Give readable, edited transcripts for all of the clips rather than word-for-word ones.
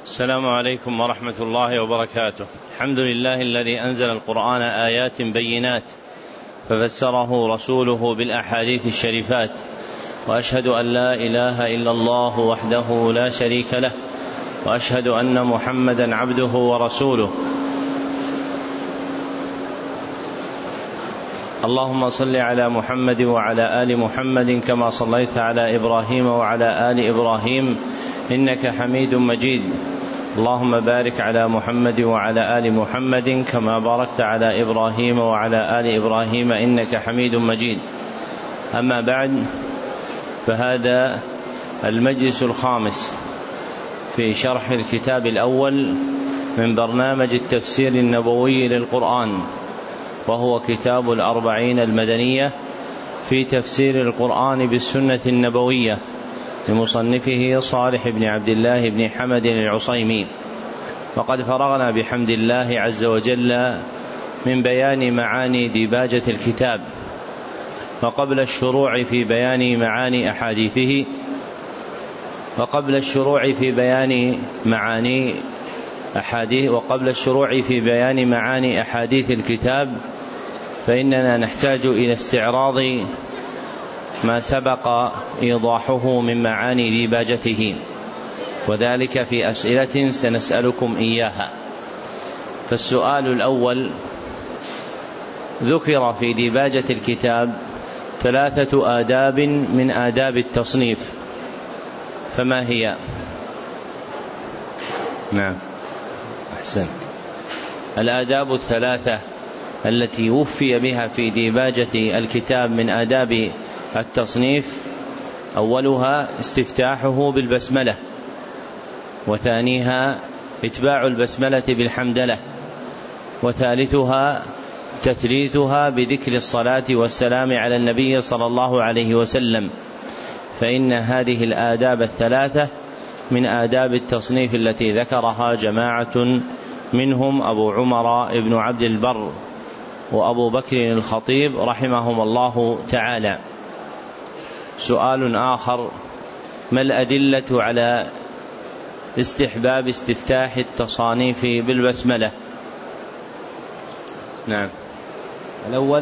السلام عليكم ورحمة الله وبركاته. الحمد لله الذي أنزل القرآن آيات بينات ففسره رسوله بالأحاديث الشريفات، وأشهد أن لا إله إلا الله وحده لا شريك له، وأشهد أن محمدا عبده ورسوله. اللهم صل على محمد وعلى آل محمد كما صليت على إبراهيم وعلى آل إبراهيم إنك حميد مجيد. اللهم بارك على محمد وعلى آل محمد كما باركت على إبراهيم وعلى آل إبراهيم إنك حميد مجيد. أما بعد، فهذا المجلس الخامس في شرح الكتاب الأول من برنامج التفسير النبوي للقرآن، وهو كتاب الأربعين المدنية في تفسير القرآن بالسنة النبوية لمصنفه صالح بن عبد الله بن حمد العصيمي. وقد فرغنا بحمد الله عز وجل من بيان معاني ديباجة الكتاب، وقبل الشروع في بيان معاني أحاديثه وقبل الشروع في بيان معاني أحاديث الكتاب، فإننا نحتاج إلى استعراض ما سبق إيضاحه من معاني ديباجته، وذلك في أسئلة سنسألكم إياها. فالسؤال الأول: ذكر في ديباجة الكتاب 3 آداب من آداب التصنيف، فما هي؟ نعم، أحسنت. الآداب 3 التي وفي بها في ديباجة الكتاب من آداب التصنيف: أولها استفتاحه بالبسملة، وثانيها إتباع البسملة بالحمدلة، وثالثها تثليثها بذكر الصلاة والسلام على النبي صلى الله عليه وسلم. فإن هذه الآداب 3 من آداب التصنيف التي ذكرها جماعة منهم أبو عمر ابن عبد البر وأبو بكر الخطيب رحمهم الله تعالى. سؤال آخر: ما الأدلة على استحباب استفتاح التصانيف بالبسملة؟ نعم، الأول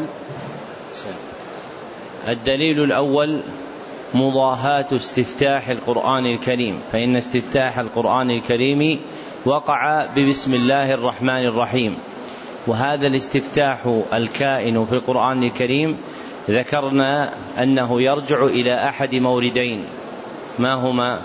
الدليل الأول مضاهاة استفتاح القرآن الكريم، فإن استفتاح القرآن الكريم وقع ببسم الله الرحمن الرحيم، وهذا الاستفتاح الكائن في القرآن الكريم ذكرنا أنه يرجع إلى أحد موردين، ما هما؟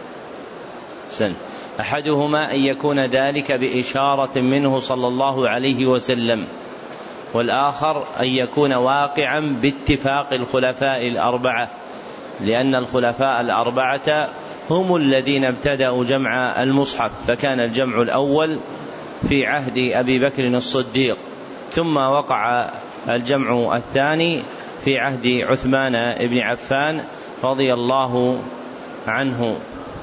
أحدهما أن يكون ذلك بإشارة منه صلى الله عليه وسلم، والآخر أن يكون واقعا باتفاق الخلفاء الأربعة، لأن الخلفاء الأربعة هم الذين ابتدأوا جمع المصحف، فكان الجمع الأول في عهد أبي بكر الصديق، ثم وقع الجمع الثاني في عهد عثمان بن عفان رضي الله عنه.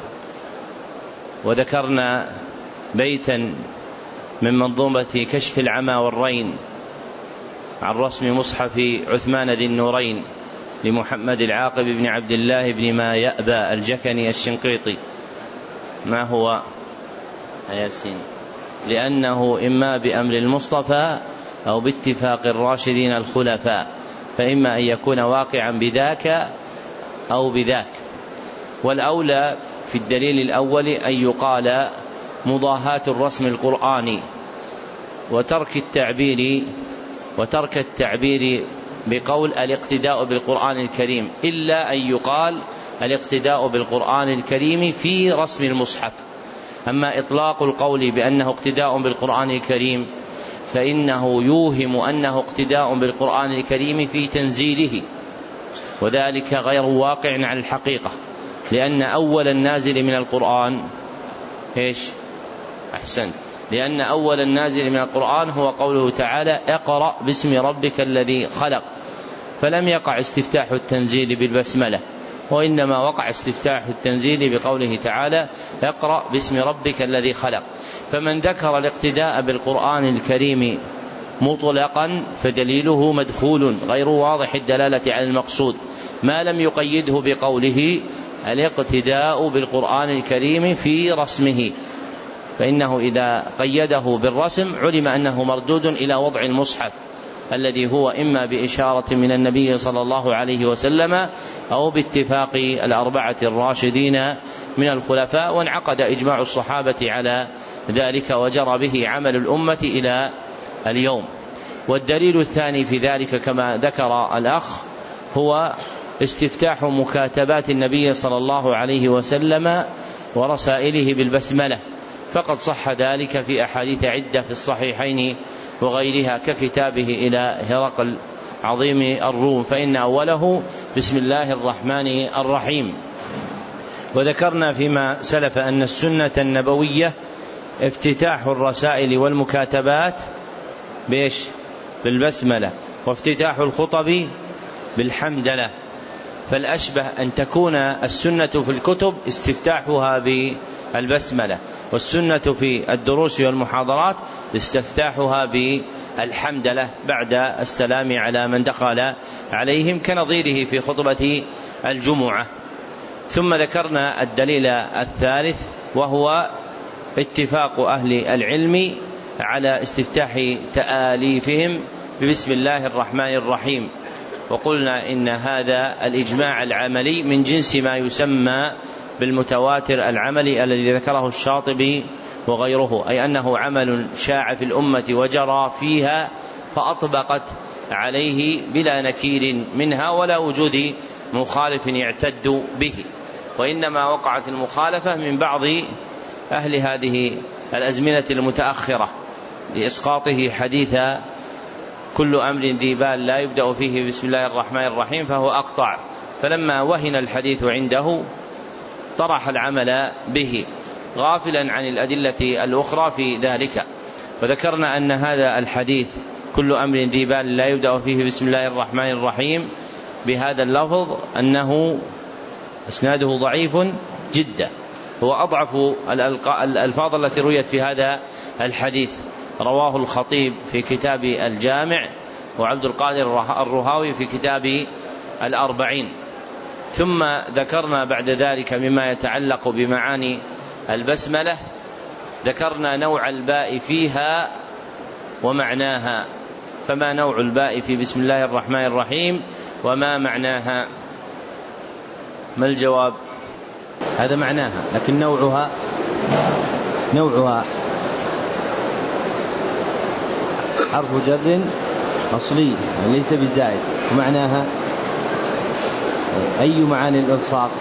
وذكرنا بيتا من منظومة كشف العمى والرين عن رسم مصحف عثمان ذي النورين لمحمد العاقب بن عبد الله بن ما يأبى الجكني الشنقيطي. ما هو ياسين؟ لأنه إما بأمر المصطفى أو باتفاق الراشدين الخلفاء، فإما أن يكون واقعا بذاك أو بذاك. والأولى في الدليل الأول أن يقال مضاهاة الرسم القرآني وترك التعبير بقول الاقتداء بالقرآن الكريم، إلا أن يقال الاقتداء بالقرآن الكريم في رسم المصحف. أما إطلاق القول بأنه اقتداء بالقرآن الكريم فإنه يوهم أنه اقتداء بالقرآن الكريم في تنزيله، وذلك غير واقع على الحقيقة، لأن أول النازل من القرآن لأن أول النازل من القرآن هو قوله تعالى: اقرأ باسم ربك الذي خلق، فلم يقع استفتاح التنزيل بالبسملة، وإنما وقع استفتاح التنزيل بقوله تعالى: اقرأ باسم ربك الذي خلق. فمن ذكر الاقتداء بالقرآن الكريم مطلقا فدليله مدخول غير واضح الدلالة على المقصود، ما لم يقيده بقوله الاقتداء بالقرآن الكريم في رسمه، فإنه إذا قيده بالرسم علم أنه مردود إلى وضع المصحف الذي هو إما بإشارة من النبي صلى الله عليه وسلم أو باتفاق الأربعة الراشدين من الخلفاء، وانعقد إجماع الصحابة على ذلك وجرى به عمل الأمة إلى اليوم. والدليل الثاني في ذلك كما ذكر الأخ هو استفتاح مكاتبات النبي صلى الله عليه وسلم ورسائله بالبسملة، فقد صح ذلك في أحاديث عدة في الصحيحين وغيرها ككتابه إلى هرقل عظيم الروم، فإن أوله بسم الله الرحمن الرحيم. وذكرنا فيما سلف أن السنة النبوية افتتاح الرسائل والمكاتبات بالبسملة، وافتتاح الخطب بالحمدلة، فالأشبه أن تكون السنة في الكتب استفتاحها بالبسملة، والسنة في الدروس والمحاضرات استفتاحها بالحمدلة بعد السلام على من دخل عليهم، كنظيره في خطبة الجمعة. ثم ذكرنا الدليل الثالث وهو اتفاق أهل العلم على استفتاح تآليفهم ببسم الله الرحمن الرحيم، وقلنا إن هذا الإجماع العملي من جنس ما يسمى بالمتواتر العملي الذي ذكره الشاطبي وغيره، أي أنه عمل شاع في الأمة وجرى فيها فأطبقت عليه بلا نكير منها ولا وجود مخالف يعتد به، وإنما وقعت المخالفة من بعض أهل هذه الأزمنة المتأخرة لإسقاطه حديث كل أمر ذي بال لا يبدأ فيه بسم الله الرحمن الرحيم فهو أقطع، فلما وهن الحديث عنده طرح العمل به غافلا عن الأدلة الأخرى في ذلك. وذكرنا أن هذا الحديث كل أمر ذي بال لا يبدأ فيه بسم الله الرحمن الرحيم بهذا اللفظ أنه إسناده ضعيف جدا، هو أضعف الألفاظ التي رويت في هذا الحديث. رواه الخطيب في كتاب الجامع، وعبد القادر الرهاوي في كتاب الأربعين. ثم ذكرنا بعد ذلك مما يتعلق بمعاني البسملة، ذكرنا نوع الباء فيها ومعناها، فما نوع الباء في بسم الله الرحمن الرحيم وما معناها؟ ما الجواب؟ هذا معناها، لكن نوعها حرف جر أصلي ليس بالزائد، ومعناها أي معاني الإلصاق؟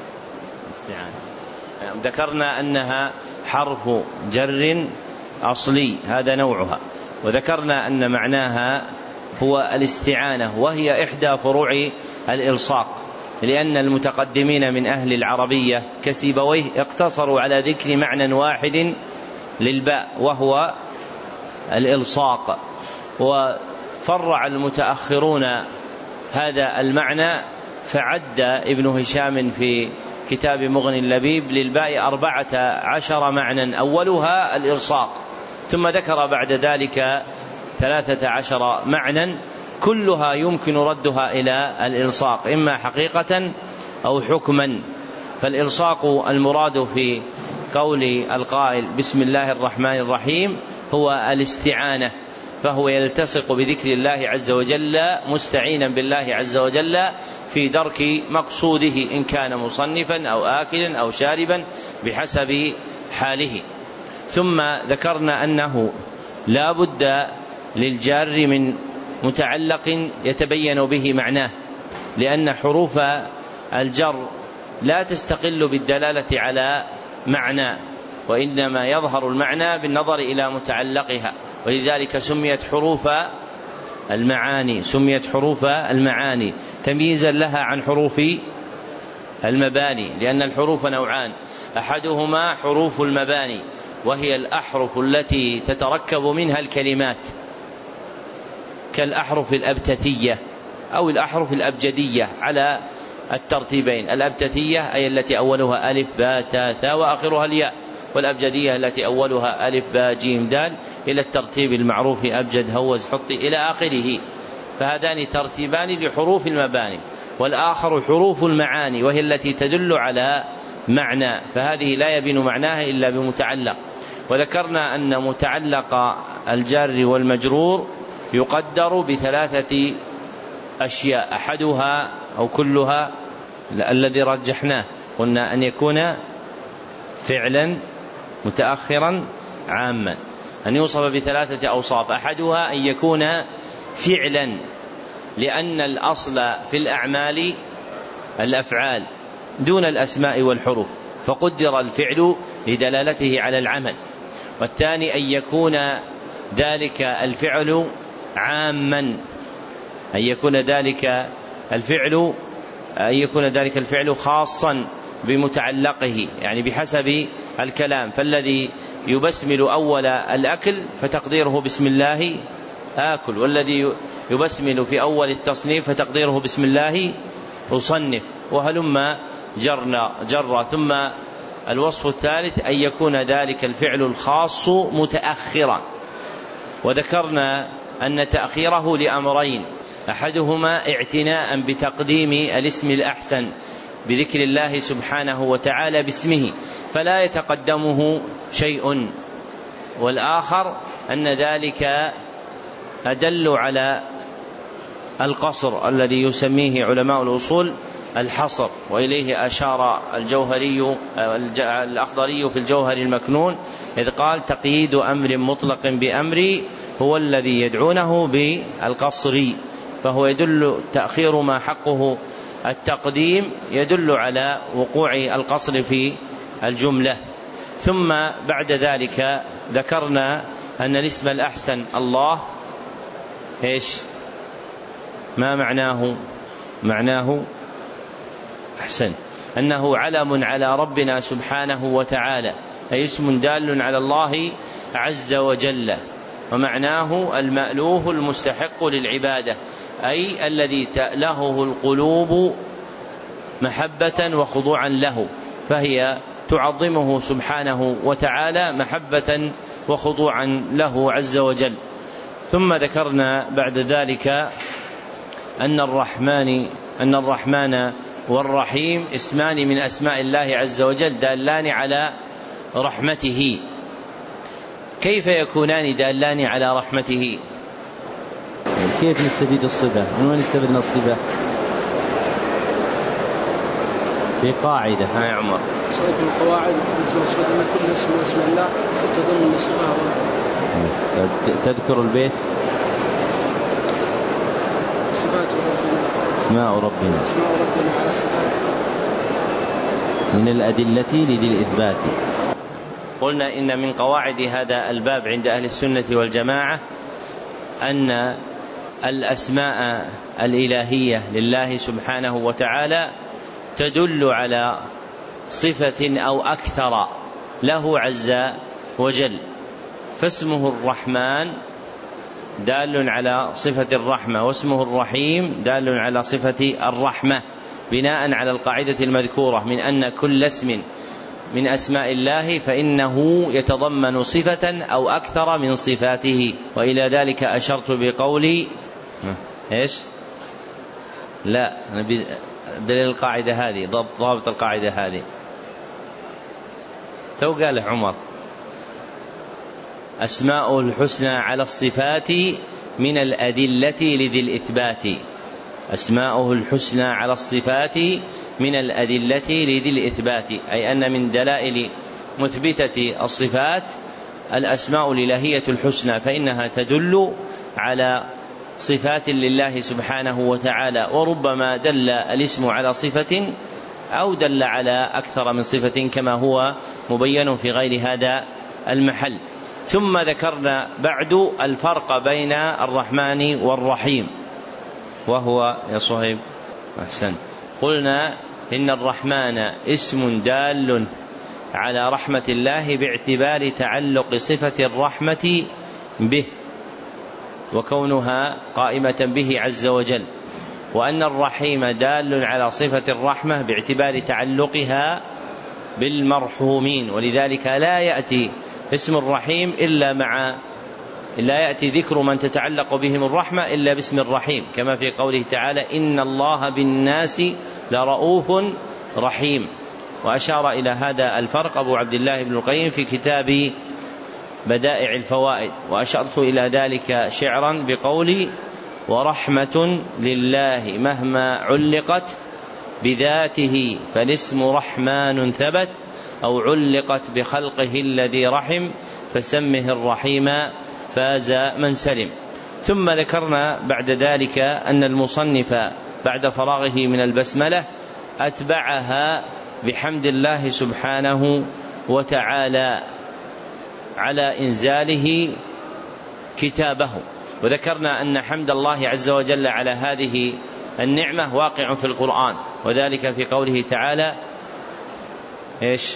ذكرنا أنها حرف جر أصلي هذا نوعها، وذكرنا أن معناها هو الاستعانة، وهي إحدى فروع الإلصاق، لأن المتقدمين من أهل العربية كسيبويه اقتصروا على ذكر معنى واحد للباء وهو الإلصاق، وفرع المتأخرون هذا المعنى، فعد ابن هشام في كتاب مغني اللبيب للباء 14 معنى أولها الإلصاق، ثم ذكر بعد ذلك 13 معنى كلها يمكن ردها إلى الإلصاق إما حقيقة أو حكما. فالإلصاق المراد في قول القائل بسم الله الرحمن الرحيم هو الاستعانة، فهو يلتصق بذكر الله عز وجل مستعينا بالله عز وجل في درك مقصوده إن كان مصنفا أو آكلا أو شاربا بحسب حاله. ثم ذكرنا أنه لا بد للجار من متعلق يتبين به معناه، لأن حروف الجر لا تستقل بالدلالة على معنى، وإنما يظهر المعنى بالنظر إلى متعلقها، ولذلك سميت حروف المعاني تمييزا لها عن حروف المباني، لأن الحروف نوعان، أحدهما حروف المباني وهي الأحرف التي تتركب منها الكلمات كالأحرف الأبتتية أو الأحرف الأبجدية على الترتيبين، الأبتتية أي التي أولها ألف باء تاء ثاء وآخرها الياء، والأبجدية التي أولها ألف باء جيم دال إلى الترتيب المعروف أبجد هوز حطي إلى آخره. فهذان ترتيبان لحروف المباني، والآخر حروف المعاني وهي التي تدل على معنى، فهذه لا يبين معناها إلا بمتعلق. وذكرنا أن متعلق الجار والمجرور يقدر بثلاثة أشياء، أحدها أو كلها الذي رجحناه قلنا أن يكون فعلا متأخرا عاما، أن يوصف بثلاثة أوصاف. أحدها أن يكون فعلا، لأن الأصل في الأعمال الأفعال دون الأسماء والحروف، فقدر الفعل لدلالته على العمل. والثاني أن يكون ذلك الفعل عاما، أن يكون ذلك الفعل خاصا بمتعلقه، يعني بحسب الكلام، فالذي يبسمل أول الأكل فتقديره بسم الله آكل، والذي يبسمل في أول التصنيف فتقديره بسم الله أصنف، وهلما جر. ثم الوصف الثالث أن يكون ذلك الفعل الخاص متأخرا، وذكرنا أن تأخيره لأمرين، أحدهما اعتناء بتقديم الاسم الأحسن بذكر الله سبحانه وتعالى باسمه فلا يتقدمه شيء، والآخر أن ذلك أدل على القصر الذي يسميه علماء الأصول الحصر، وإليه أشار الأخضري في الجوهر المكنون إذ قال: تقييد أمر مطلق بأمر هو الذي يدعونه بالقصر، فهو يدل تأخير ما حقه التقديم يدل على وقوع القصر في الجملة. ثم بعد ذلك ذكرنا أن الاسم الأحسن الله إيش؟ ما معناه أحسن، أنه علم على ربنا سبحانه وتعالى، أي اسم دال على الله عز وجل، ومعناه المألوه المستحق للعبادة، أي الذي تألهه القلوب محبة وخضوعا له، فهي تعظمه سبحانه وتعالى محبة وخضوعا له عز وجل. ثم ذكرنا بعد ذلك أن الرحمن والرحيم اسمان من أسماء الله عز وجل دالان على رحمته. كيف يكونان دالان على رحمته؟ كيف نستفيد الصفة؟ من وين استفدنا الصفة؟ في قاعدة يا عمر صارت من القواعد أن كل اسم من اسم الله تضمن صفة. تذكر البيت؟ اسماء ربنا على صفات من الأدلة لذي الإثبات. قلنا إن من قواعد هذا الباب عند أهل السنة والجماعة أن الأسماء الإلهية لله سبحانه وتعالى تدل على صفة أو أكثر له عز وجل، فاسمه الرحمن دال على صفة الرحمة، واسمه الرحيم دال على صفة الرحمة، بناء على القاعدة المذكورة من أن كل اسم من أسماء الله فإنه يتضمن صفة أو أكثر من صفاته. وإلى ذلك أشرت بقولي إيش؟ لا، دليل القاعدة هذه، ضابط القاعدة هذه تو قاله عمر: أسماء الحسنى على الصفات من الأدلة لذي الإثبات. أسماءه الحسنى على الصفات من الأدلة لذي الإثبات، أي أن من دلائل مثبتة الصفات الأسماء الإلهية الحسنى، فإنها تدل على صفات لله سبحانه وتعالى، وربما دل الاسم على صفة أو دل على أكثر من صفة كما هو مبين في غير هذا المحل. ثم ذكرنا بعد الفرق بين الرحمن والرحيم، وهو يا صهيب أحسن، قلنا إن الرحمن اسم دال على رحمة الله باعتبار تعلق صفة الرحمة به وكونها قائمة به عز وجل، وأن الرحيم دال على صفة الرحمة باعتبار تعلقها بالمرحومين، ولذلك لا يأتي اسم الرحيم إلا يأتي ذكر من تتعلق بهم الرحمة إلا باسم الرحيم، كما في قوله تعالى: إن الله بالناس لرؤوف رحيم. وأشار إلى هذا الفرق أبو عبد الله بن القيم في كتاب بدائع الفوائد، وأشرت إلى ذلك شعرا بقولي: ورحمة لله مهما علقت بذاته فالاسم رحمن ثبت، أو علقت بخلقه الذي رحم فسمه الرحيم فاز من سلم. ثم ذكرنا بعد ذلك أن المصنف بعد فراغه من البسملة أتبعها بحمد الله سبحانه وتعالى على إنزاله كتابه، وذكرنا أن حمد الله عز وجل على هذه النعمة واقع في القرآن، وذلك في قوله تعالى: إيش؟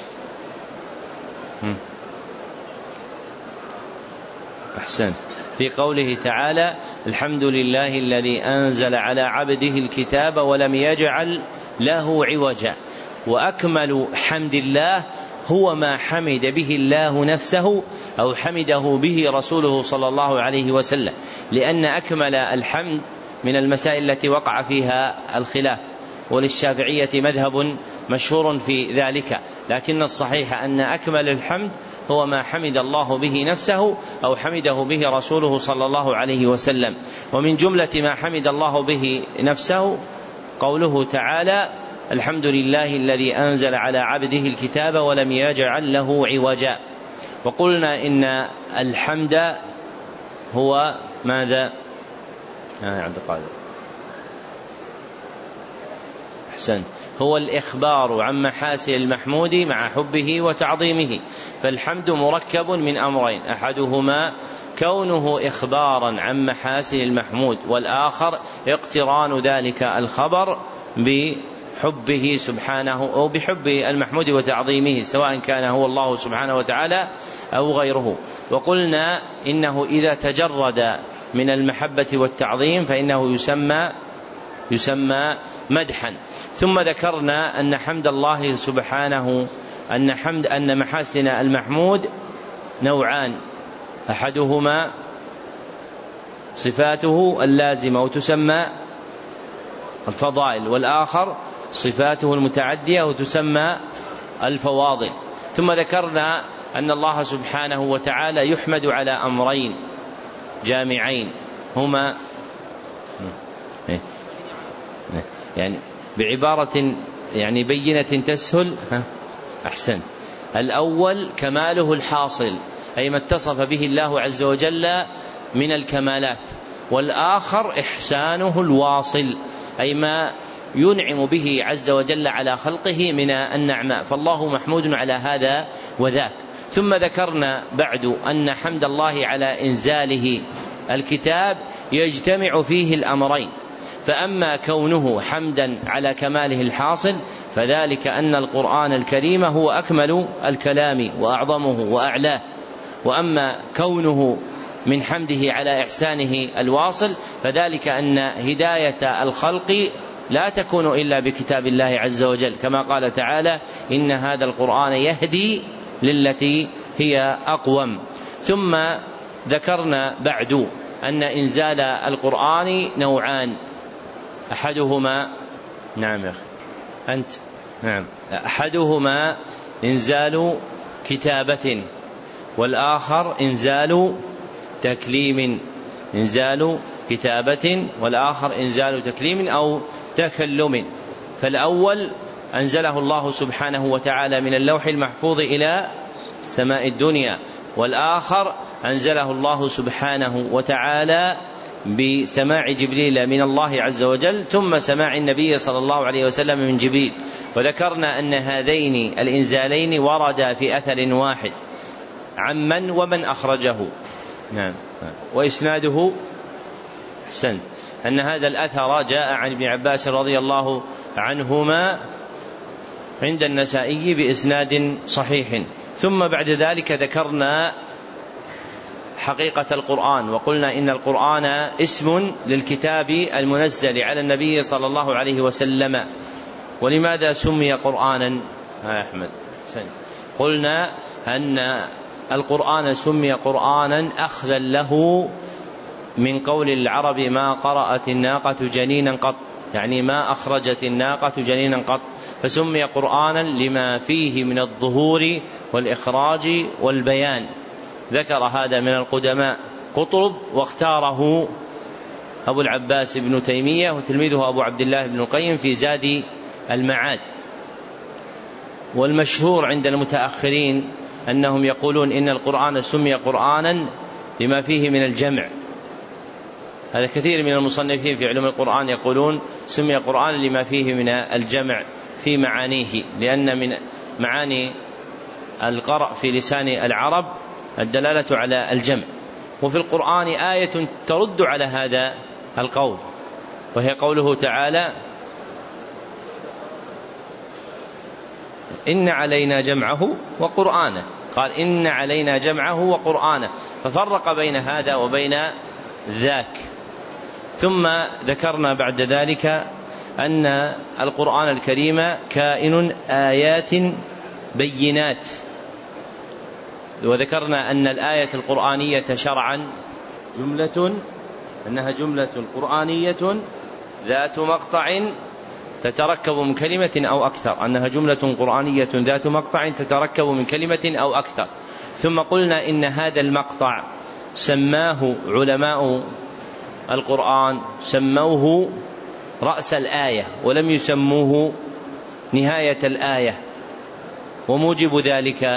أحسن، في قوله تعالى: الحمد لله الذي أنزل على عبده الكتاب ولم يجعل له عوجا. وأكمل حمد الله هو ما حمد به الله نفسه أو حمده به رسوله صلى الله عليه وسلم، لأن أكمل الحمد من المسائل التي وقع فيها الخلاف، وللشافعية مذهب مشهور في ذلك، لكن الصحيح أن أكمل الحمد هو ما حمد الله به نفسه أو حمده به رسوله صلى الله عليه وسلم. ومن جملة ما حمد الله به نفسه قوله تعالى: الحمد لله الذي أنزل على عبده الكتاب ولم يجعل له عوجا. وقلنا إن الحمد هو ماذا؟ عبد القادر أحسن، هو الإخبار عن محاسن المحمود مع حبه وتعظيمه. فالحمد مركب من أمرين: أحدهما كونه إخبارا عن محاسن المحمود، والآخر اقتران ذلك الخبر بحبه سبحانه أو بحب المحمود وتعظيمه، سواء كان هو الله سبحانه وتعالى أو غيره. وقلنا إنه إذا تجرد من المحبة والتعظيم فإنه يسمى مدحا. ثم ذكرنا أن حمد الله سبحانه أن محاسن المحمود نوعان: أحدهما صفاته اللازمة وتسمى الفضائل، والآخر صفاته المتعدية وتسمى الفواضل. ثم ذكرنا أن الله سبحانه وتعالى يحمد على أمرين جامعين هما يعني بعبارة يعني بينة تسهل أحسن. الأول كماله الحاصل، أي ما اتصف به الله عز وجل من الكمالات، والآخر إحسانه الواصل، أي ما ينعم به عز وجل على خلقه من النعماء، فالله محمود على هذا وذاك. ثم ذكرنا بعد أن حمد الله على إنزاله الكتاب يجتمع فيه الأمرين: فأما كونه حمدا على كماله الحاصل فذلك أن القرآن الكريم هو أكمل الكلام وأعظمه وأعلاه، وأما كونه من حمده على إحسانه الواصل فذلك أن هداية الخلق لا تكون إلا بكتاب الله عز وجل، كما قال تعالى: إن هذا القرآن يهدي للتي هي أقوم. ثم ذكرنا بعد أن إنزال القرآن نوعان: أحدهما نعم يا أخي أنت نعم أحدهما إنزال كتابة، والآخر إنزال تكليم. إنزال كتابة والآخر إنزال تكليم أو تكلم. فالأول أنزله الله سبحانه وتعالى من اللوح المحفوظ إلى سماء الدنيا، والآخر أنزله الله سبحانه وتعالى بسماع جبريل من الله عز وجل ثم سماع النبي صلى الله عليه وسلم من جبريل. وذكرنا أن هذين الإنزالين وردا في أثر واحد عمن ومن أخرجه. نعم. وإسناده أحسن أن هذا الأثر جاء عن ابن عباس رضي الله عنهما عند النسائي بإسناد صحيح. ثم بعد ذلك ذكرنا حقيقة القرآن، وقلنا إن القرآن اسم للكتاب المنزل على النبي صلى الله عليه وسلم. ولماذا سمي قرآنا يا أحمد؟ قلنا أن القرآن سمي قرآنا أخذا له من قول العرب: ما قرأت الناقة جنينا قط، يعني ما أخرجت الناقة جنينا قط، فسمي قرآنا لما فيه من الظهور والإخراج والبيان. ذكر هذا من القدماء قطرب، واختاره أبو العباس ابن تيمية وتلميذه أبو عبد الله بن القيم في زاد المعاد. والمشهور عند المتأخرين أنهم يقولون إن القرآن سمي قرآنا لما فيه من الجمع. هذا كثير من المصنفين في علوم القرآن يقولون سمي قرآنا لما فيه من الجمع في معانيه، لأن من معاني القرأ في لسان العرب الدلالة على الجمع. وفي القرآن آية ترد على هذا القول، وهي قوله تعالى: إن علينا جمعه وقرآنه. قال: إن علينا جمعه وقرآنه، ففرق بين هذا وبين ذاك. ثم ذكرنا بعد ذلك أن القرآن الكريم كائن آيات بينات، وذكرنا أن الآية القرآنية شرعا أنها جملة قرآنية ذات مقطع تتركب من كلمة أو أكثر، أنها جملة قرآنية ذات مقطع تتركب من كلمة أو أكثر. ثم قلنا إن هذا المقطع سماه علماء القرآن سموه رأس الآية ولم يسموه نهاية الآية، وموجب ذلك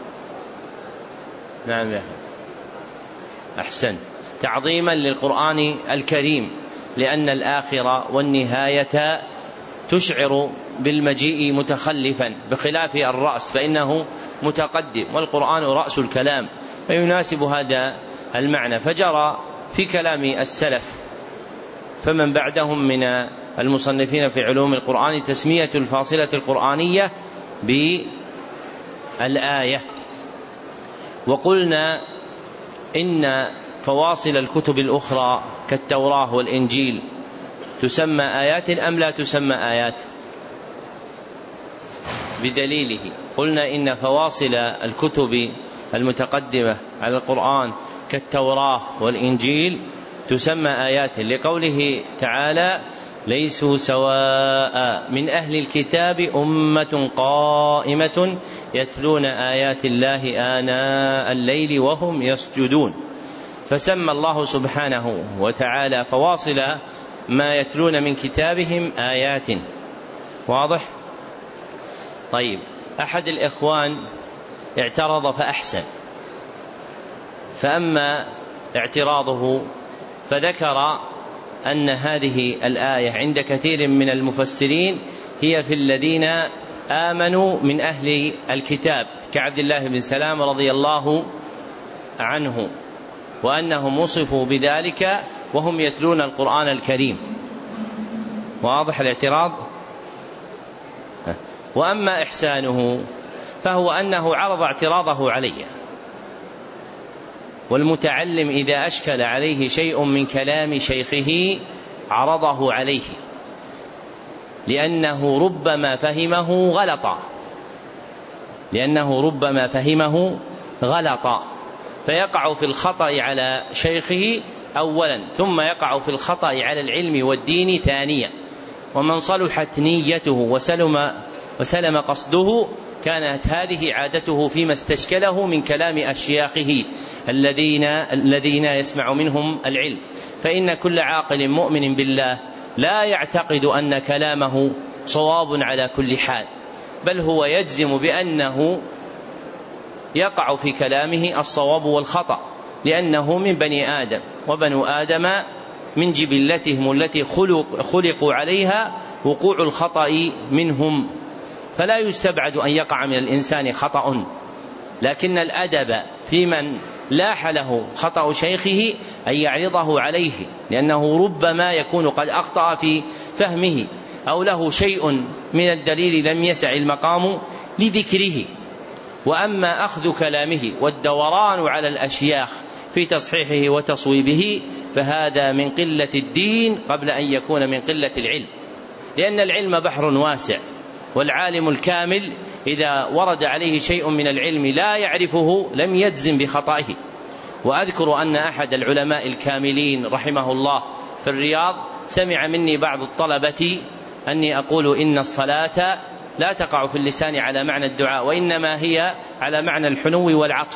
نعم يا أحسن تعظيما للقرآن الكريم، لأن الآخرة والنهاية تشعر بالمجيء متخلفا، بخلاف الرأس فإنه متقدم، والقرآن رأس الكلام فيناسب هذا المعنى. فجرى في كلام السلف فمن بعدهم من المصنفين في علوم القرآن تسمية الفاصلة القرآنية بالآية. وقلنا إن فواصل الكتب الأخرى كالتوراة والإنجيل تسمى آيات أم لا تسمى آيات؟ بدليله. قلنا إن فواصل الكتب المتقدمة على القرآن كالتوراة والإنجيل تسمى آيات، لقوله تعالى: ليسوا سواء من أهل الكتاب أمة قائمة يتلون آيات الله آناء الليل وهم يسجدون. فسمى الله سبحانه وتعالى فواصل ما يتلون من كتابهم آيات. واضح؟ طيب، أحد الإخوان اعترض فأحسن، فأما اعتراضه فذكر أن هذه الآية عند كثير من المفسرين هي في الذين آمنوا من أهل الكتاب كعبد الله بن سلام رضي الله عنه، وأنهم وصفوا بذلك وهم يتلون القرآن الكريم. واضح الاعتراض؟ وأما إحسانه فهو أنه عرض اعتراضه عليه، والمتعلم إذا أشكل عليه شيء من كلام شيخه عرضه عليه، لأنه ربما فهمه غلطا فيقع في الخطأ على شيخه أولا، ثم يقع في الخطأ على العلم والدين ثانيا. ومن صلحت نيته وسلم قصده كانت هذه عادته فيما استشكله من كلام أشياخه الذين يسمع منهم العلم. فإن كل عاقل مؤمن بالله لا يعتقد أن كلامه صواب على كل حال، بل هو يجزم بأنه يقع في كلامه الصواب والخطأ، لأنه من بني آدم، وبنو آدم من جبلتهم التي خلقوا عليها وقوع الخطأ منهم، فلا يستبعد أن يقع من الإنسان خطأ. لكن الأدب في من لاح له خطأ شيخه أن يعرضه عليه، لأنه ربما يكون قد أخطأ في فهمه أو له شيء من الدليل لم يسع المقام لذكره. وأما أخذ كلامه والدوران على الأشياخ في تصحيحه وتصويبه فهذا من قلة الدين قبل أن يكون من قلة العلم، لأن العلم بحر واسع، والعالم الكامل إذا ورد عليه شيء من العلم لا يعرفه لم يجزم بخطئه. وأذكر أن أحد العلماء الكاملين رحمه الله في الرياض سمع مني بعض الطلبة أني أقول إن الصلاة لا تقع في اللسان على معنى الدعاء، وإنما هي على معنى الحنو والعطف،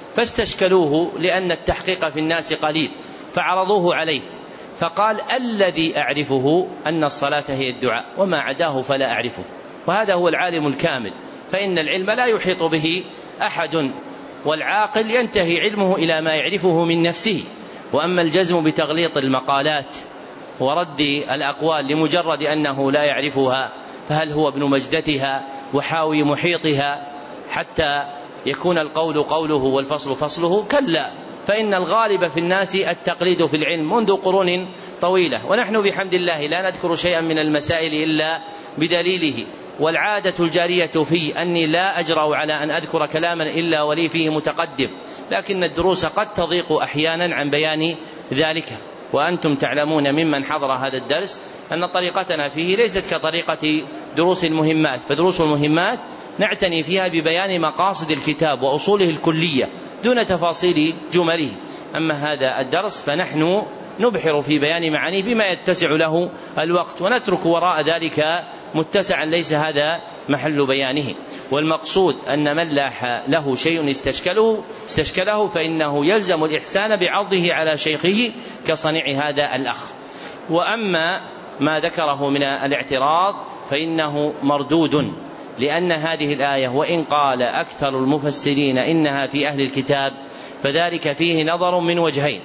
فاستشكلوه لأن التحقيق في الناس قليل فعرضوه عليه، فقال: الذي أعرفه أن الصلاة هي الدعاء، وما عداه فلا أعرفه. وهذا هو العالم الكامل، فإن العلم لا يحيط به أحد، والعاقل ينتهي علمه إلى ما يعرفه من نفسه. وأما الجزم بتغليط المقالات ورد الأقوال لمجرد أنه لا يعرفها، فهل هو ابن مجدتها وحاوي محيطها حتى يكون القول قوله والفصل فصله؟ كلا، فإن الغالب في الناس التقليد في العلم منذ قرون طويلة، ونحن بحمد الله لا نذكر شيئا من المسائل إلا بدليله. والعادة الجارية في أني لا أجرأ على أن أذكر كلاما إلا ولي فيه متقدم، لكن الدروس قد تضيق أحيانا عن بيان ذلك. وأنتم تعلمون ممن حضر هذا الدرس أن طريقتنا فيه ليست كطريقة دروس المهمات، فدروس المهمات نعتني فيها ببيان مقاصد الكتاب وأصوله الكلية دون تفاصيل جمله. أما هذا الدرس فنحن نبحر في بيان معانيه بما يتسع له الوقت، ونترك وراء ذلك متسعا ليس هذا محل بيانه. والمقصود أن من لاح له شيء استشكله فإنه يلزم الإحسان بعرضه على شيخه كصنيع هذا الأخ. وأما ما ذكره من الاعتراض فإنه مردود، لأن هذه الآية وإن قال أكثر المفسرين إنها في أهل الكتاب فذلك فيه نظر من وجهين: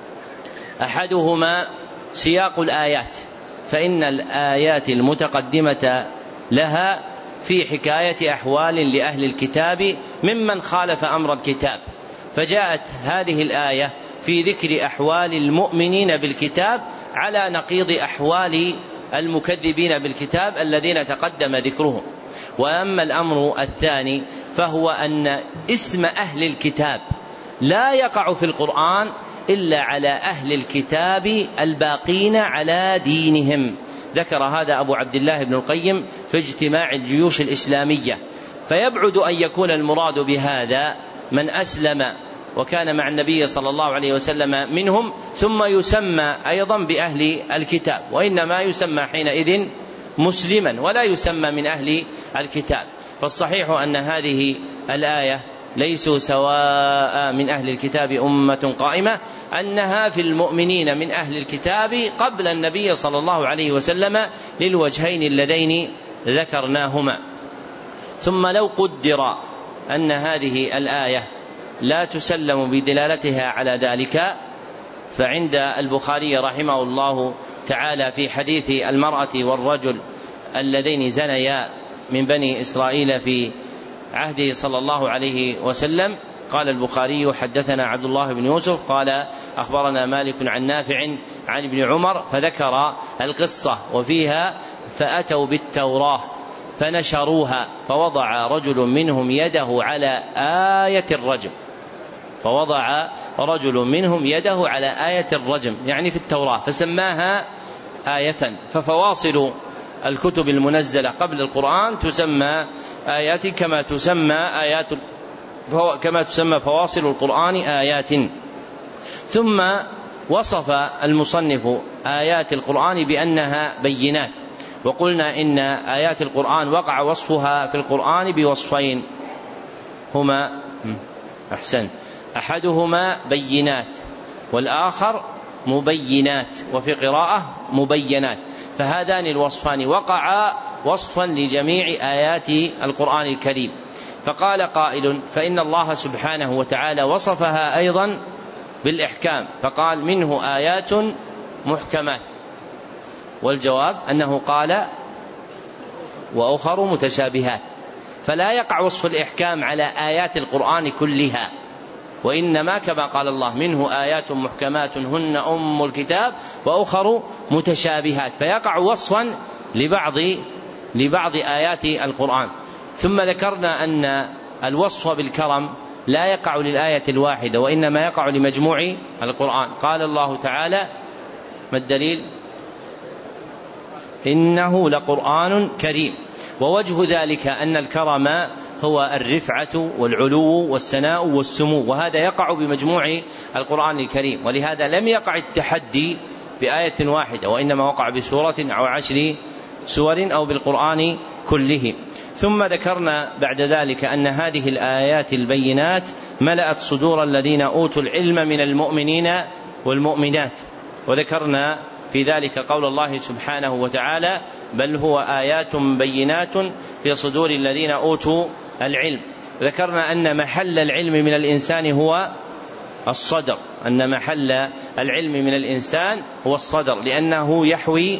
أحدهما سياق الآيات، فإن الآيات المتقدمة لها في حكاية أحوال لأهل الكتاب ممن خالف أمر الكتاب، فجاءت هذه الآية في ذكر أحوال المؤمنين بالكتاب على نقيض أحوال المكذبين بالكتاب الذين تقدم ذكرهم. وأما الأمر الثاني فهو أن اسم أهل الكتاب لا يقع في القرآن إلا على أهل الكتاب الباقين على دينهم. ذكر هذا أبو عبد الله بن القيم في اجتماع الجيوش الإسلامية. فيبعد أن يكون المراد بهذا من أسلم وكان مع النبي صلى الله عليه وسلم منهم ثم يسمى أيضا بأهل الكتاب، وإنما يسمى حينئذ مسلما ولا يسمى من أهل الكتاب. فالصحيح أن هذه الآية ليسوا سواء من أهل الكتاب أمة قائمة، أنها في المؤمنين من أهل الكتاب قبل النبي صلى الله عليه وسلم للوجهين اللذين ذكرناهما. ثم لو قدر أن هذه الآية لا تسلم بدلالتها على ذلك، فعند البخاري رحمه الله تعالى في حديث المرأة والرجل اللذين زنيا من بني إسرائيل في عهده صلى الله عليه وسلم، قال البخاري: حدثنا عبد الله بن يوسف قال أخبرنا مالك عن نافع عن ابن عمر، فذكر القصة وفيها: فأتوا بالتوراة فنشروها فوضع رجل منهم يده على آية الرجم، فوضع رجل منهم يده على آية الرجم يعني في التوراة فسماها آية. ففواصل الكتب المنزلة قبل القرآن تسمى آيات كما تسمى فواصل القرآن آيات. ثم وصف المصنف آيات القرآن بأنها بينات، وقلنا إن آيات القرآن وقع وصفها في القرآن بوصفين هما أحدهما بينات والآخر مبينات، وفي قراءة مبينات، فهذان الوصفان وقعا وصفا لجميع آيات القرآن الكريم. فقال قائل: فإن الله سبحانه وتعالى وصفها أيضا بالإحكام فقال: منه آيات محكمات. والجواب أنه قال: وأخر متشابهات، فلا يقع وصف الإحكام على آيات القرآن كلها، وإنما كما قال الله: منه آيات محكمات هن أم الكتاب وأخر متشابهات، فيقع وصفا لبعض آيات القرآن. ثم ذكرنا أن الوصف بالكرم لا يقع للآية الواحدة وإنما يقع لمجموع القرآن. قال الله تعالى: ما الدليل؟ إنه لقرآن كريم. ووجه ذلك أن الكرم هو الرفعة والعلو والسناء والسمو، وهذا يقع بمجموع القرآن الكريم، ولهذا لم يقع التحدي بآية واحدة وإنما وقع بسورة أو 10 سور أو بالقرآن كله. ثم ذكرنا بعد ذلك أن هذه الآيات البينات ملأت صدور الذين أوتوا العلم من المؤمنين والمؤمنات. وذكرنا في ذلك قول الله سبحانه وتعالى بل هو آيات بينات في صدور الذين أوتوا العلم. ذكرنا أن محل العلم من الإنسان هو الصدر، أن محل العلم من الإنسان هو الصدر لأنه يحوي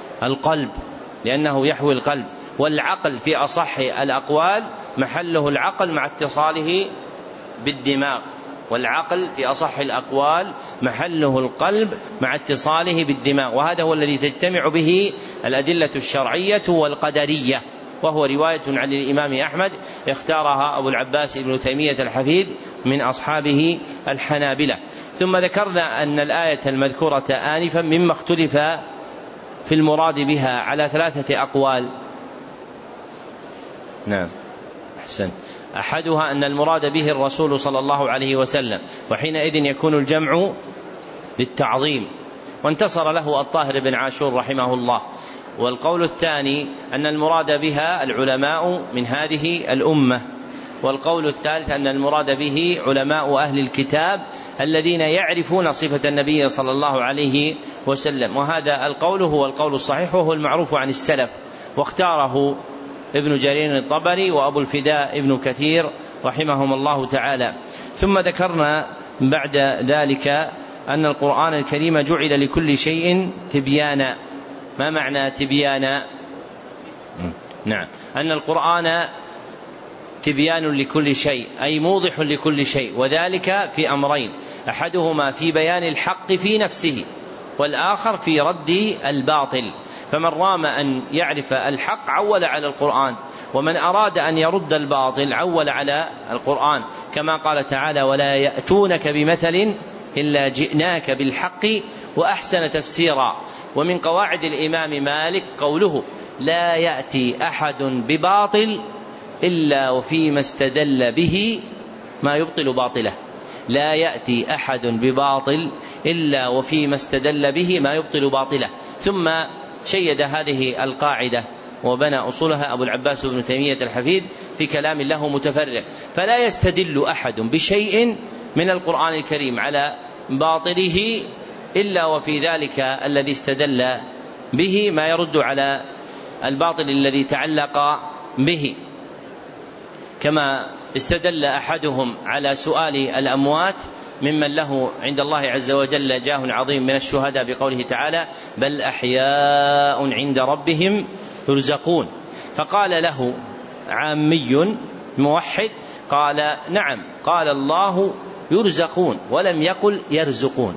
القلب، والعقل في أصح الأقوال محله العقل مع اتصاله بالدماغ، والعقل في أصح الأقوال محله القلب مع اتصاله بالدماغ، وهذا هو الذي تجتمع به الأدلة الشرعية والقدرية، وهو رواية عن الإمام أحمد اختارها أبو العباس ابن تيمية الحفيد من أصحابه الحنابلة. ثم ذكرنا أن الآية المذكورة آنفا مما اختلف في المراد بها على 3 أقوال. نعم أحسنت. أحدها أن المراد به الرسول صلى الله عليه وسلم، وحينئذ يكون الجمع للتعظيم، وانتصر له الطاهر بن عاشور رحمه الله. والقول الثاني أن المراد بها العلماء من هذه الأمة. والقول الثالث أن المراد به علماء أهل الكتاب الذين يعرفون صفة النبي صلى الله عليه وسلم، وهذا القول هو القول الصحيح وهو المعروف عن السلف، واختاره ابن جرير الطبري وأبو الفداء ابن كثير رحمهم الله تعالى. ثم ذكرنا بعد ذلك أن القرآن الكريم جعل لكل شيء تبيانا. ما معنى تبيانا؟ نعم، أن القرآن تبيان لكل شيء، أي موضح لكل شيء، وذلك في أمرين: أحدهما في بيان الحق في نفسه، والآخر في رد الباطل. فمن رام أن يعرف الحق عول على القرآن، ومن أراد أن يرد الباطل عول على القرآن، كما قال تعالى: ولا يأتونك بمثل إلا جئناك بالحق وأحسن تفسيرا. ومن قواعد الإمام مالك قوله: لا يأتي أحد بباطل إلا وفيما استدل به ما يبطل باطله. لا يأتي أحد بباطل إلا وفيما استدل به ما يبطل باطله. ثم شيد هذه القاعدة وبنى أصولها أبو العباس بن تيمية الحفيد في كلام له متفرع: فلا يستدل أحد بشيء من القرآن الكريم على باطله إلا وفي ذلك الذي استدل به ما يرد على الباطل الذي تعلق به، كما استدل أحدهم على سؤال الأموات ممن له عند الله عز وجل جاه عظيم من الشهداء بقوله تعالى: بل أحياء عند ربهم يرزقون. فقال له عامي موحد: قال: نعم، قال الله يرزقون ولم يقل يرزقون.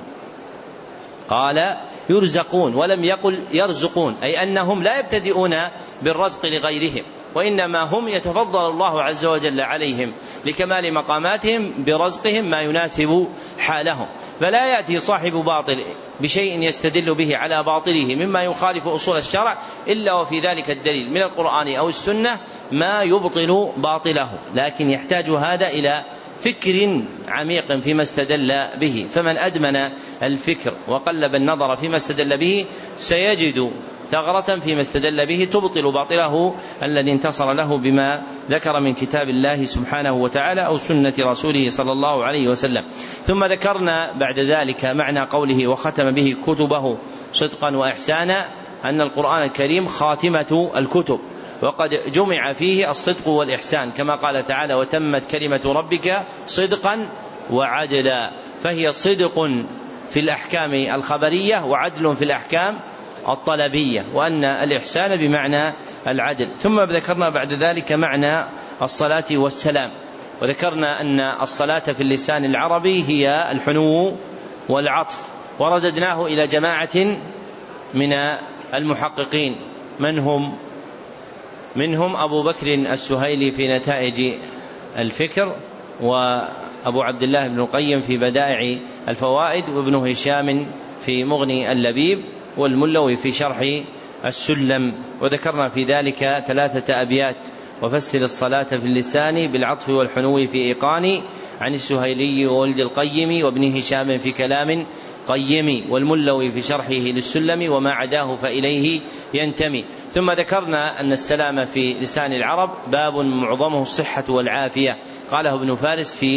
قال يرزقون ولم يقل يرزقون، أي أنهم لا يبتدئون بالرزق لغيرهم، وإنما هم يتفضل الله عز وجل عليهم لكمال مقاماتهم برزقهم ما يناسب حالهم. فلا يأتي صاحب باطل بشيء يستدل به على باطله مما يخالف أصول الشرع إلا وفي ذلك الدليل من القرآن أو السنة ما يبطل باطله، لكن يحتاج هذا إلى فكر عميق فيما استدل به. فمن أدمن الفكر وقلب النظر فيما استدل به سيجد ثغرة فيما استدل به تبطل باطله الذي انتصر له بما ذكر من كتاب الله سبحانه وتعالى أو سنة رسوله صلى الله عليه وسلم. ثم ذكرنا بعد ذلك معنى قوله: وختم به كتبه صدقا وإحسانا، أن القرآن الكريم خاتمة الكتب، وقد جمع فيه الصدق والإحسان، كما قال تعالى: وتمت كلمة ربك صدقا وعدلا. فهي صدق في الأحكام الخبرية وعدل في الأحكام الطلبية، وأن الإحسان بمعنى العدل. ثم ذكرنا بعد ذلك معنى الصلاة والسلام، وذكرنا أن الصلاة في اللسان العربي هي الحنو والعطف، ورددناه إلى جماعة من المحققين منهم أبو بكر السهيلي في نتائج الفكر، وأبو عبد الله بن القيم في بدائع الفوائد، وابن هشام في مغني اللبيب، والملوي في شرح السلم. وذكرنا في ذلك 3 أبيات: وفسر الصلاة في اللسان بالعطف والحنو في إيقان، عن السهيلي وولد القيم وابن هشام في كلام قيم، والملوي في شرحه للسلم، وما عداه فإليه ينتمي. ثم ذكرنا أن السلام في لسان العرب باب معظمه الصحة والعافية، قاله ابن فارس في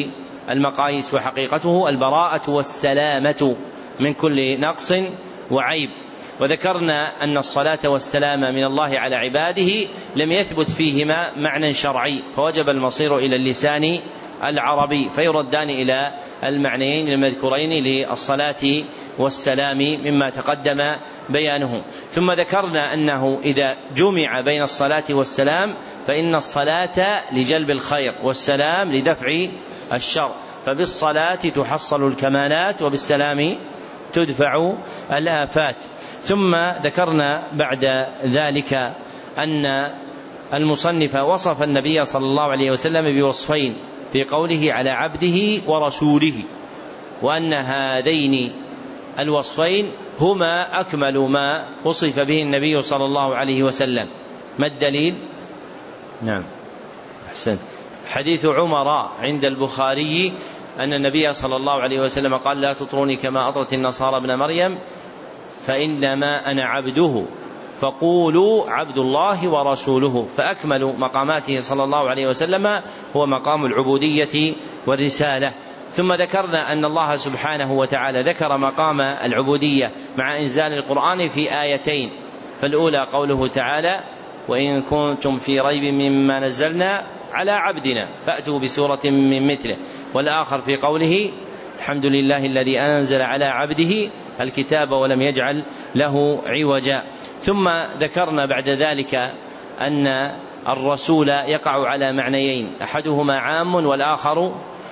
المقاييس، وحقيقته البراءة والسلامة من كل نقص وعيب. وذكرنا أن الصلاة والسلام من الله على عباده لم يثبت فيهما معنى شرعي، فوجب المصير إلى اللسان العربي، فيردان إلى المعنيين المذكورين للصلاة والسلام مما تقدم بيانه. ثم ذكرنا أنه إذا جمع بين الصلاة والسلام فإن الصلاة لجلب الخير والسلام لدفع الشر، فبالصلاة تحصل الكمالات وبالسلام تدفع الآفات. ثم ذكرنا بعد ذلك أن المصنف وصف النبي صلى الله عليه وسلم بوصفين في قوله على عبده ورسوله، وأن هذين الوصفين هما أكمل ما وصف به النبي صلى الله عليه وسلم. ما الدليل؟ نعم أحسن، حديث عمر عند البخاري أن النبي صلى الله عليه وسلم قال لا تطروني كما أطرت النصارى ابن مريم فإنما أنا عبده فقولوا عبد الله ورسوله، فأكمل مقاماته صلى الله عليه وسلم هو مقام العبودية والرسالة. ثم ذكرنا أن الله سبحانه وتعالى ذكر مقام العبودية مع إنزال القرآن في آيتين، فالأولى قوله تعالى وإن كنتم في ريب مما نزلنا على عبدنا فأتوا بسورة من مثله، والآخر في قوله الحمد لله الذي أنزل على عبده الكتاب ولم يجعل له عوجا. ثم ذكرنا بعد ذلك أن الرسول يقع على معنيين، أحدهما عام والآخر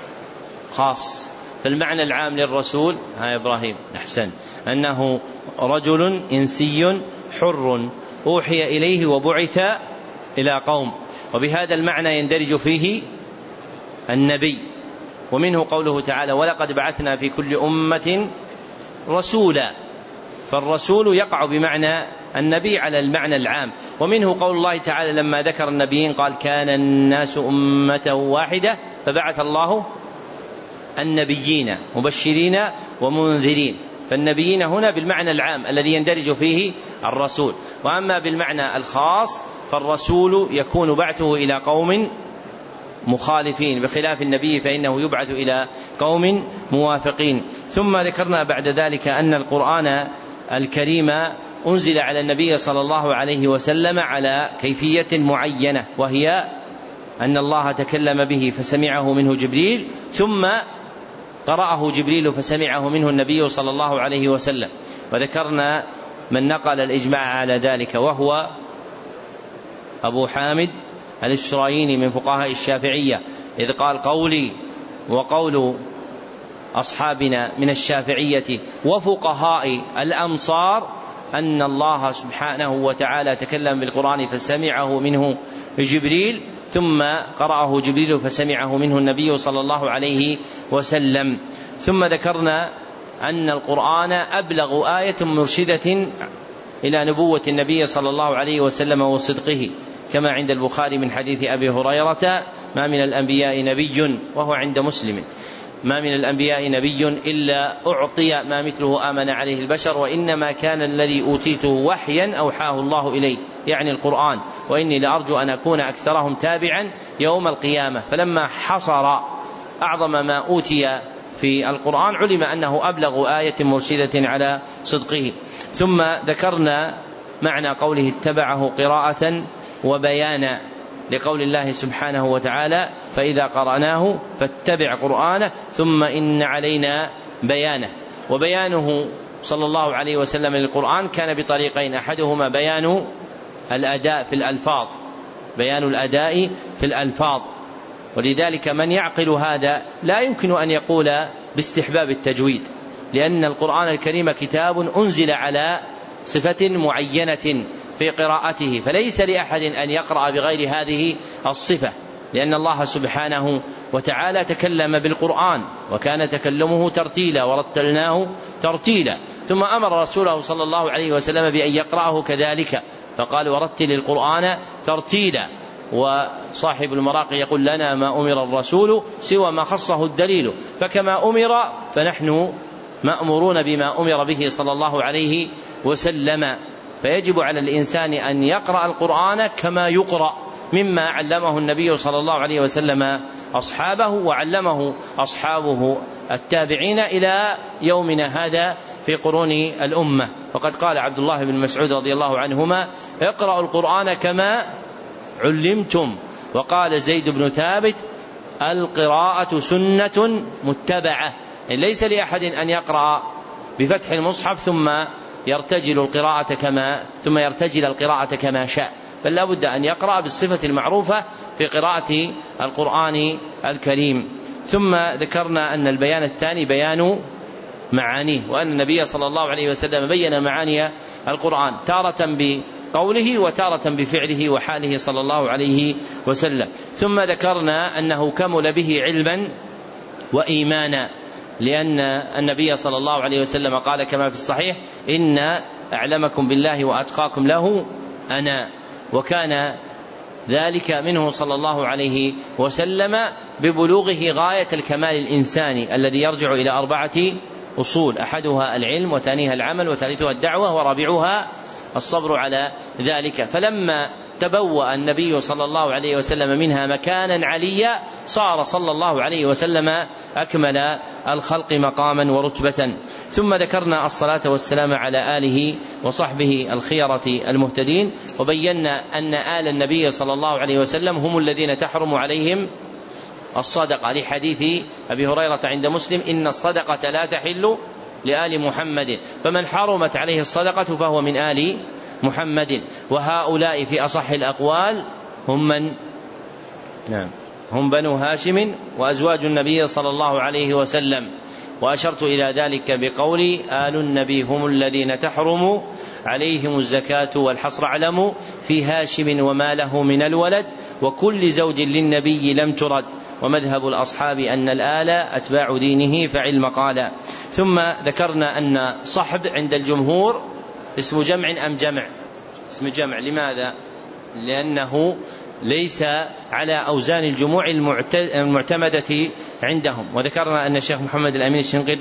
خاص. فالمعنى العام للرسول إبراهيم أحسن أنه رجل إنسي حر أوحي إليه وبعث إلى قوم، وبهذا المعنى يندرج فيه النبي. ومنه قوله تعالى ولقد بعثنا في كل أمة رسولا، فالرسول يقع بمعنى النبي على المعنى العام. ومنه قول الله تعالى لما ذكر النبيين قال كان الناس أمة واحدة فبعث الله النبيين مبشرين ومنذرين، فالنبيين هنا بالمعنى العام الذي يندرج فيه الرسول. وأما بالمعنى الخاص فالرسول يكون بعثه إلى قوم مخالفين، بخلاف النبي فإنه يبعث إلى قوم موافقين. ثم ذكرنا بعد ذلك أن القرآن الكريم أنزل على النبي صلى الله عليه وسلم على كيفية معينة، وهي أن الله تكلم به فسمعه منه جبريل، ثم قرأه جبريل فسمعه منه النبي صلى الله عليه وسلم. وذكرنا من نقل الإجماع على ذلك وهو أبو حامد الإسرائيلي من فقهاء الشافعية، إذ قال قولي وقول أصحابنا من الشافعية وفقهاء الأمصار أن الله سبحانه وتعالى تكلم بالقرآن فسمعه منه جبريل، ثم قرأه جبريل فسمعه منه النبي صلى الله عليه وسلم. ثم ذكرنا أن القرآن أبلغ آية مرشدة إلى نبوة النبي صلى الله عليه وسلم وصدقه، كما عند البخاري من حديث أبي هريرة ما من الأنبياء نبي، وهو عند مسلم ما من الأنبياء نبي إلا أعطي ما مثله آمن عليه البشر، وإنما كان الذي أوتيته وحيا أوحاه الله إلي، يعني القرآن، وإني لأرجو أن أكون أكثرهم تابعا يوم القيامة. فلما حصر أعظم ما أوتي في القرآن علم أنه أبلغ آية مرشدة على صدقه. ثم ذكرنا معنى قوله اتبعه قراءة وبيانا، لقول الله سبحانه وتعالى فإذا قرأناه فاتبع قرآنه ثم إن علينا بيانه. وبيانه صلى الله عليه وسلم للقرآن كان بطريقين، أحدهما بيان الأداء في الألفاظ، بيان الأداء في الألفاظ، ولذلك من يعقل هذا لا يمكن أن يقول باستحباب التجويد، لأن القرآن الكريم كتاب أنزل على صفة معينة في قراءته، فليس لأحد أن يقرأ بغير هذه الصفة، لأن الله سبحانه وتعالى تكلم بالقرآن وكان تكلمه ترتيلا ورتلناه ترتيلا. ثم أمر رسوله صلى الله عليه وسلم بأن يقرأه كذلك، فقال ورتل القرآن ترتيلا. وصاحب المراقي يقول لنا ما أمر الرسول سوى ما خصه الدليل، فكما أمر فنحن مأمورون بما أمر به صلى الله عليه وسلم. فيجب على الإنسان أن يقرأ القرآن كما يقرأ، مما علمه النبي صلى الله عليه وسلم أصحابه وعلمه أصحابه التابعين إلى يومنا هذا في قرون الأمة. وقد قال عبد الله بن مسعود رضي الله عنهما: اقرأوا القرآن كما علمتم. وقال زيد بن ثابت: القراءة سنة متبعة، ليس لأحد أن يقرأ بفتح المصحف ثم يرتجل القراءة كما شاء، بل لا بد أن يقرأ بالصفة المعروفة في قراءة القرآن الكريم. ثم ذكرنا أن البيان الثاني بيان معانيه، وأن النبي صلى الله عليه وسلم بين معاني القرآن تارة بقوله وتارة بفعله وحاله صلى الله عليه وسلم. ثم ذكرنا أنه كمل به علما وإيمانا، لأن النبي صلى الله عليه وسلم قال كما في الصحيح: إن أعلمكم بالله وأتقاكم له أنا. وكان ذلك منه صلى الله عليه وسلم ببلوغه غاية الكمال الإنساني الذي يرجع إلى 4 أصول: أحدها العلم، وثانيها العمل، وثالثها الدعوة، ورابعها الصبر على ذلك. فلما تبوأ النبي صلى الله عليه وسلم منها مكانا عليا صار صلى الله عليه وسلم أكمل الخلق مقاما ورتبة. ثم ذكرنا الصلاة والسلام على آله وصحبه الخيرة المهتدين، وبينا أن آل النبي صلى الله عليه وسلم هم الذين تحرم عليهم الصدقة، لحديث أبي هريرة عند مسلم: إن الصدقة لا تحل لآل محمد، فمن حرمت عليه الصدقة فهو من آل محمد. وهؤلاء في أصح الأقوال هم بنو هاشم وأزواج النبي صلى الله عليه وسلم. وأشرت إلى ذلك بقولي: آل النبي هم الذين تحرم عليهم الزكاة والحصر اعلموا في هاشم وما له من الولد وكل زوج للنبي لم ترد، ومذهب الأصحاب أن الآل أتباع دينه فعل مقالا. ثم ذكرنا أن صحب عند الجمهور اسم جمع أم جمع؟ اسم جمع. لماذا؟ لأنه ليس على أوزان الجموع المعتمدة عندهم. وذكرنا أن الشيخ محمد الأمين الشنقيطي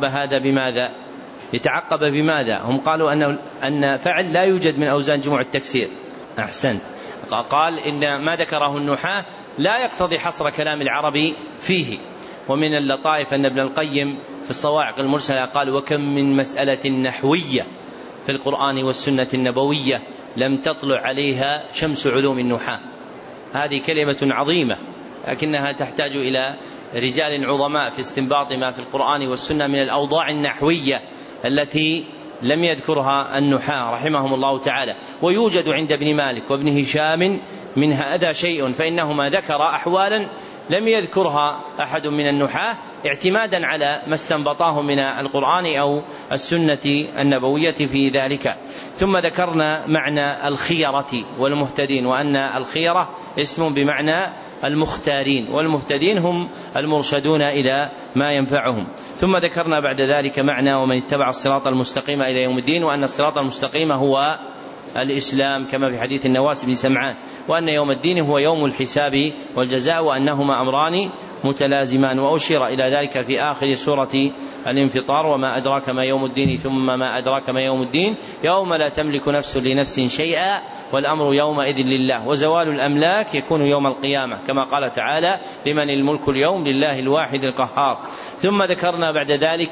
يتعقب بماذا؟ هم قالوا أن فعل لا يوجد من أوزان جموع التكسير. أحسنت. قال إن ما ذكره النحاة لا يقتضي حصر كلام العرب فيه. ومن اللطائف أن ابن القيم في الصواعق المرسلة قال: وكم من مسألة نحوية في القرآن والسنة النبوية لم تطلع عليها شمس علوم النحاة. هذه كلمة عظيمة، لكنها تحتاج إلى رجال عظماء في استنباط ما في القرآن والسنة من الأوضاع النحوية التي لم يذكرها النحاة رحمهم الله تعالى. ويوجد عند ابن مالك وابن هشام من هذا شيء، فإنهما ذكر أحوالا لم يذكرها أحد من النحاة اعتمادا على ما استنبطاه من القرآن أو السنة النبوية في ذلك. ثم ذكرنا معنى الخيرة والمهتدين، وأن الخيرة اسم بمعنى المختارين، والمهتدين هم المرشدون إلى ما ينفعهم. ثم ذكرنا بعد ذلك معنى ومن اتبع الصراط المستقيم إلى يوم الدين، وأن الصراط المستقيم هو الإسلام كما في حديث النواس بن سمعان، وأن يوم الدين هو يوم الحساب والجزاء، وأنهما أمران متلازمان. وأشير إلى ذلك في آخر سورة الانفطار: وما أدراك ما يوم الدين ثم ما أدراك ما يوم الدين يوم لا تملك نفس لنفس شيئا والأمر يومئذ لله. وزوال الأملاك يكون يوم القيامة كما قال تعالى: لمن الملك اليوم لله الواحد القهار. ثم ذكرنا بعد ذلك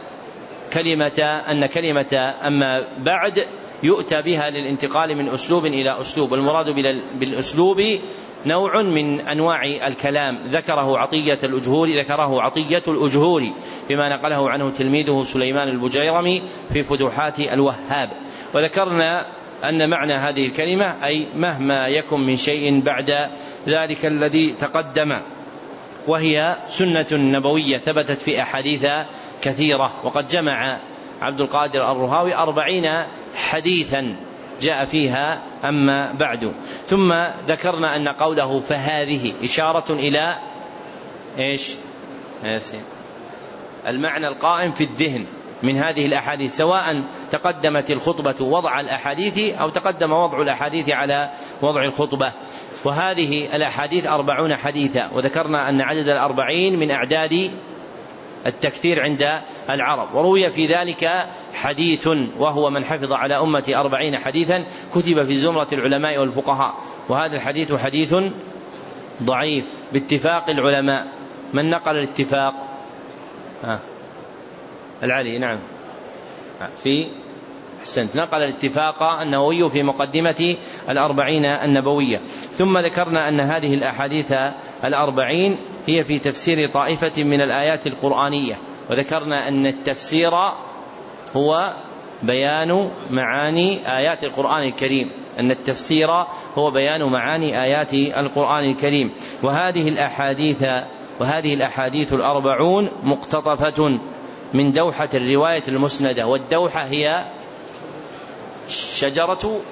أن كلمة أما بعد يؤتى بها للانتقال من أسلوب إلى أسلوب، والمراد بالأسلوب نوع من أنواع الكلام ذكره عطية الأجهوري بما نقله عنه تلميذه سليمان البجيرمي في فتوحات الوهاب. وذكرنا أن معنى هذه الكلمة أي مهما يكن من شيء بعد ذلك الذي تقدم، وهي سنة نبوية ثبتت في أحاديث كثيرة. وقد جمع عبد القادر الرهاوي 40 حديثا جاء فيها أما بعد. ثم ذكرنا أن قوله فهذه إشارة إلى إيش؟ المعنى القائم في الذهن من هذه الأحاديث، سواء تقدمت الخطبة وضع الأحاديث أو تقدم وضع الأحاديث على وضع الخطبة. وهذه الأحاديث 40 حديثا، وذكرنا أن عدد 40 من أعداد التكثير عند العرب. وروي في ذلك حديث، وهو من حفظ على أمة 40 حديثا كتب في زمرة العلماء والفقهاء. وهذا الحديث حديث ضعيف باتفاق العلماء. من نقل الاتفاق؟ العلي. نعم، في أحسنت، نقل الاتفاق النووي في مقدمة 40 النبوية. ثم ذكرنا أن هذه الأحاديث 40 هي في تفسير طائفة من الآيات القرآنية، وذكرنا أن التفسير هو بيان معاني آيات القرآن الكريم، أن التفسير هو بيان معاني آيات القرآن الكريم. وهذه الأحاديث 40 مقتطفة من دوحة الرواية المسندة، والدوحة هي الشجرة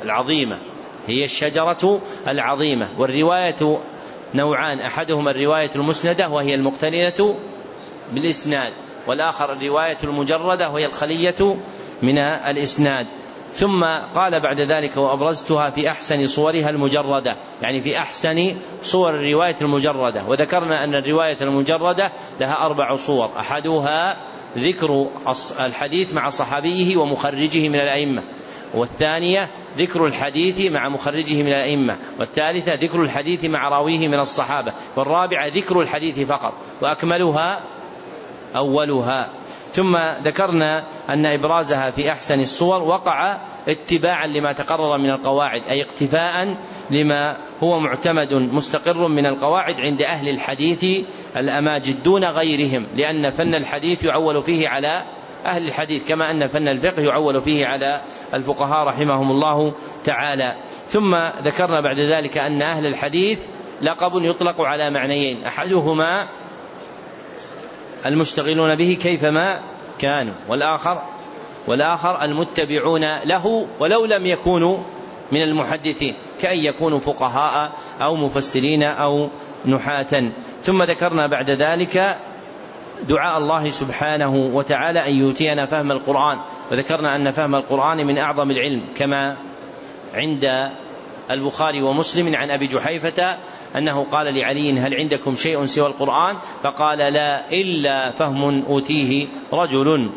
العظيمة، والرواية نوعان، أحدهما الرواية المسندة وهي المقترنة بالإسناد، والآخر الرواية المجردة وهي الخلية من الإسناد. ثم قال بعد ذلك: وأبرزتها في أحسن صورها المجردة، يعني في أحسن صور الرواية المجردة. وذكرنا أن الرواية المجردة لها 4 صور، أحدها ذكر الحديث مع صحابيه ومخرجه من الأئمة، والثانية ذكر الحديث مع مخرجه من الأئمة، والثالثة ذكر الحديث مع راويه من الصحابة، والرابعة ذكر الحديث فقط، وأكملها أولها. ثم ذكرنا أن إبرازها في أحسن الصور وقع اتباعا لما تقرر من القواعد، أي اقتفاء لما هو معتمد مستقر من القواعد عند أهل الحديث الأماجد دون غيرهم، لأن فن الحديث يعول فيه على أهل الحديث، كما أن فن الفقه يعول فيه على الفقهاء رحمهم الله تعالى. ثم ذكرنا بعد ذلك أن أهل الحديث لقب يطلق على معنيين، أحدهما المشتغلون به كيفما كانوا، والآخر المتبعون له ولو لم يكونوا من المحدثين، كأن يكونوا فقهاء أو مفسرين أو نحاة. ثم ذكرنا بعد ذلك دعاء الله سبحانه وتعالى أن يؤتينا فهم القرآن، وذكرنا أن فهم القرآن من أعظم العلم، كما عند البخاري ومسلم عن أبي جحيفة أنه قال لعلي: هل عندكم شيء سوى القرآن؟ فقال: لا، إلا فهم أوتيه رجل.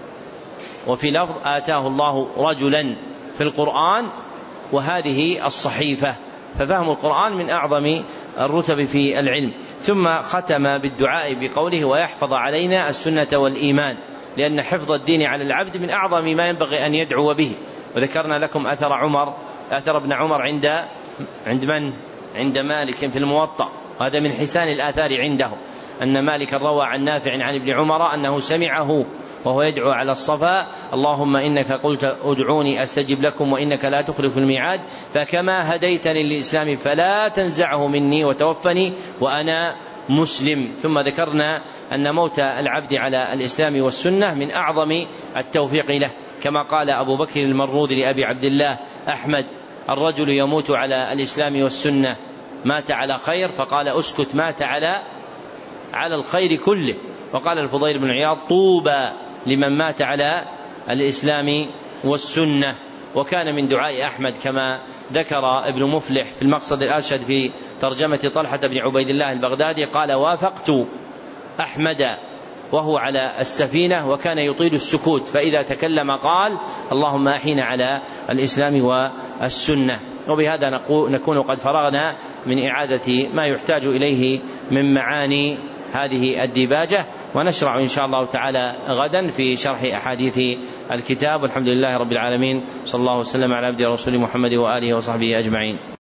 وفي لفظ: آتاه الله رجلا في القرآن، وهذه الصحيفة. ففهم القرآن من أعظم الرتب في العلم. ثم ختم بالدعاء بقوله: ويحفظ علينا السنة والإيمان، لأن حفظ الدين على العبد من أعظم ما ينبغي أن يدعو به. وذكرنا لكم أثر ابن عمر عند من؟ عند مالك في الموطأ، وهذا من حسان الآثار عنده، أن مالك روى عن نافع عن ابن عمر أنه سمعه وهو يدعو على الصفا: اللهم إنك قلت ادعوني أستجب لكم وإنك لا تخلف الميعاد، فكما هديتني للإسلام فلا تنزعه مني وتوفني وأنا مسلم. ثم ذكرنا أن موت العبد على الإسلام والسنة من أعظم التوفيق له، كما قال أبو بكر المروذي لأبي عبد الله أحمد: الرجل يموت على الإسلام والسنة مات على خير، فقال: أسكت، مات على الخير كله. وقال الفضيل بن عياض: طوبى لمن مات على الإسلام والسنة. وكان من دعاء أحمد كما ذكر ابن مفلح في المقصد الأرشد في ترجمة طلحة بن عبيد الله البغدادي، قال: وافقت أحمد وهو على السفينة وكان يطيل السكوت، فإذا تكلم قال: اللهم أحينا على الإسلام والسنة. وبهذا نكون قد فرغنا من إعادة ما يحتاج إليه من معاني هذه الديباجة، ونشرع إن شاء الله تعالى غدا في شرح أحاديث الكتاب. والحمد لله رب العالمين، صلى الله وسلم على عبده ورسوله محمد وآله وصحبه أجمعين.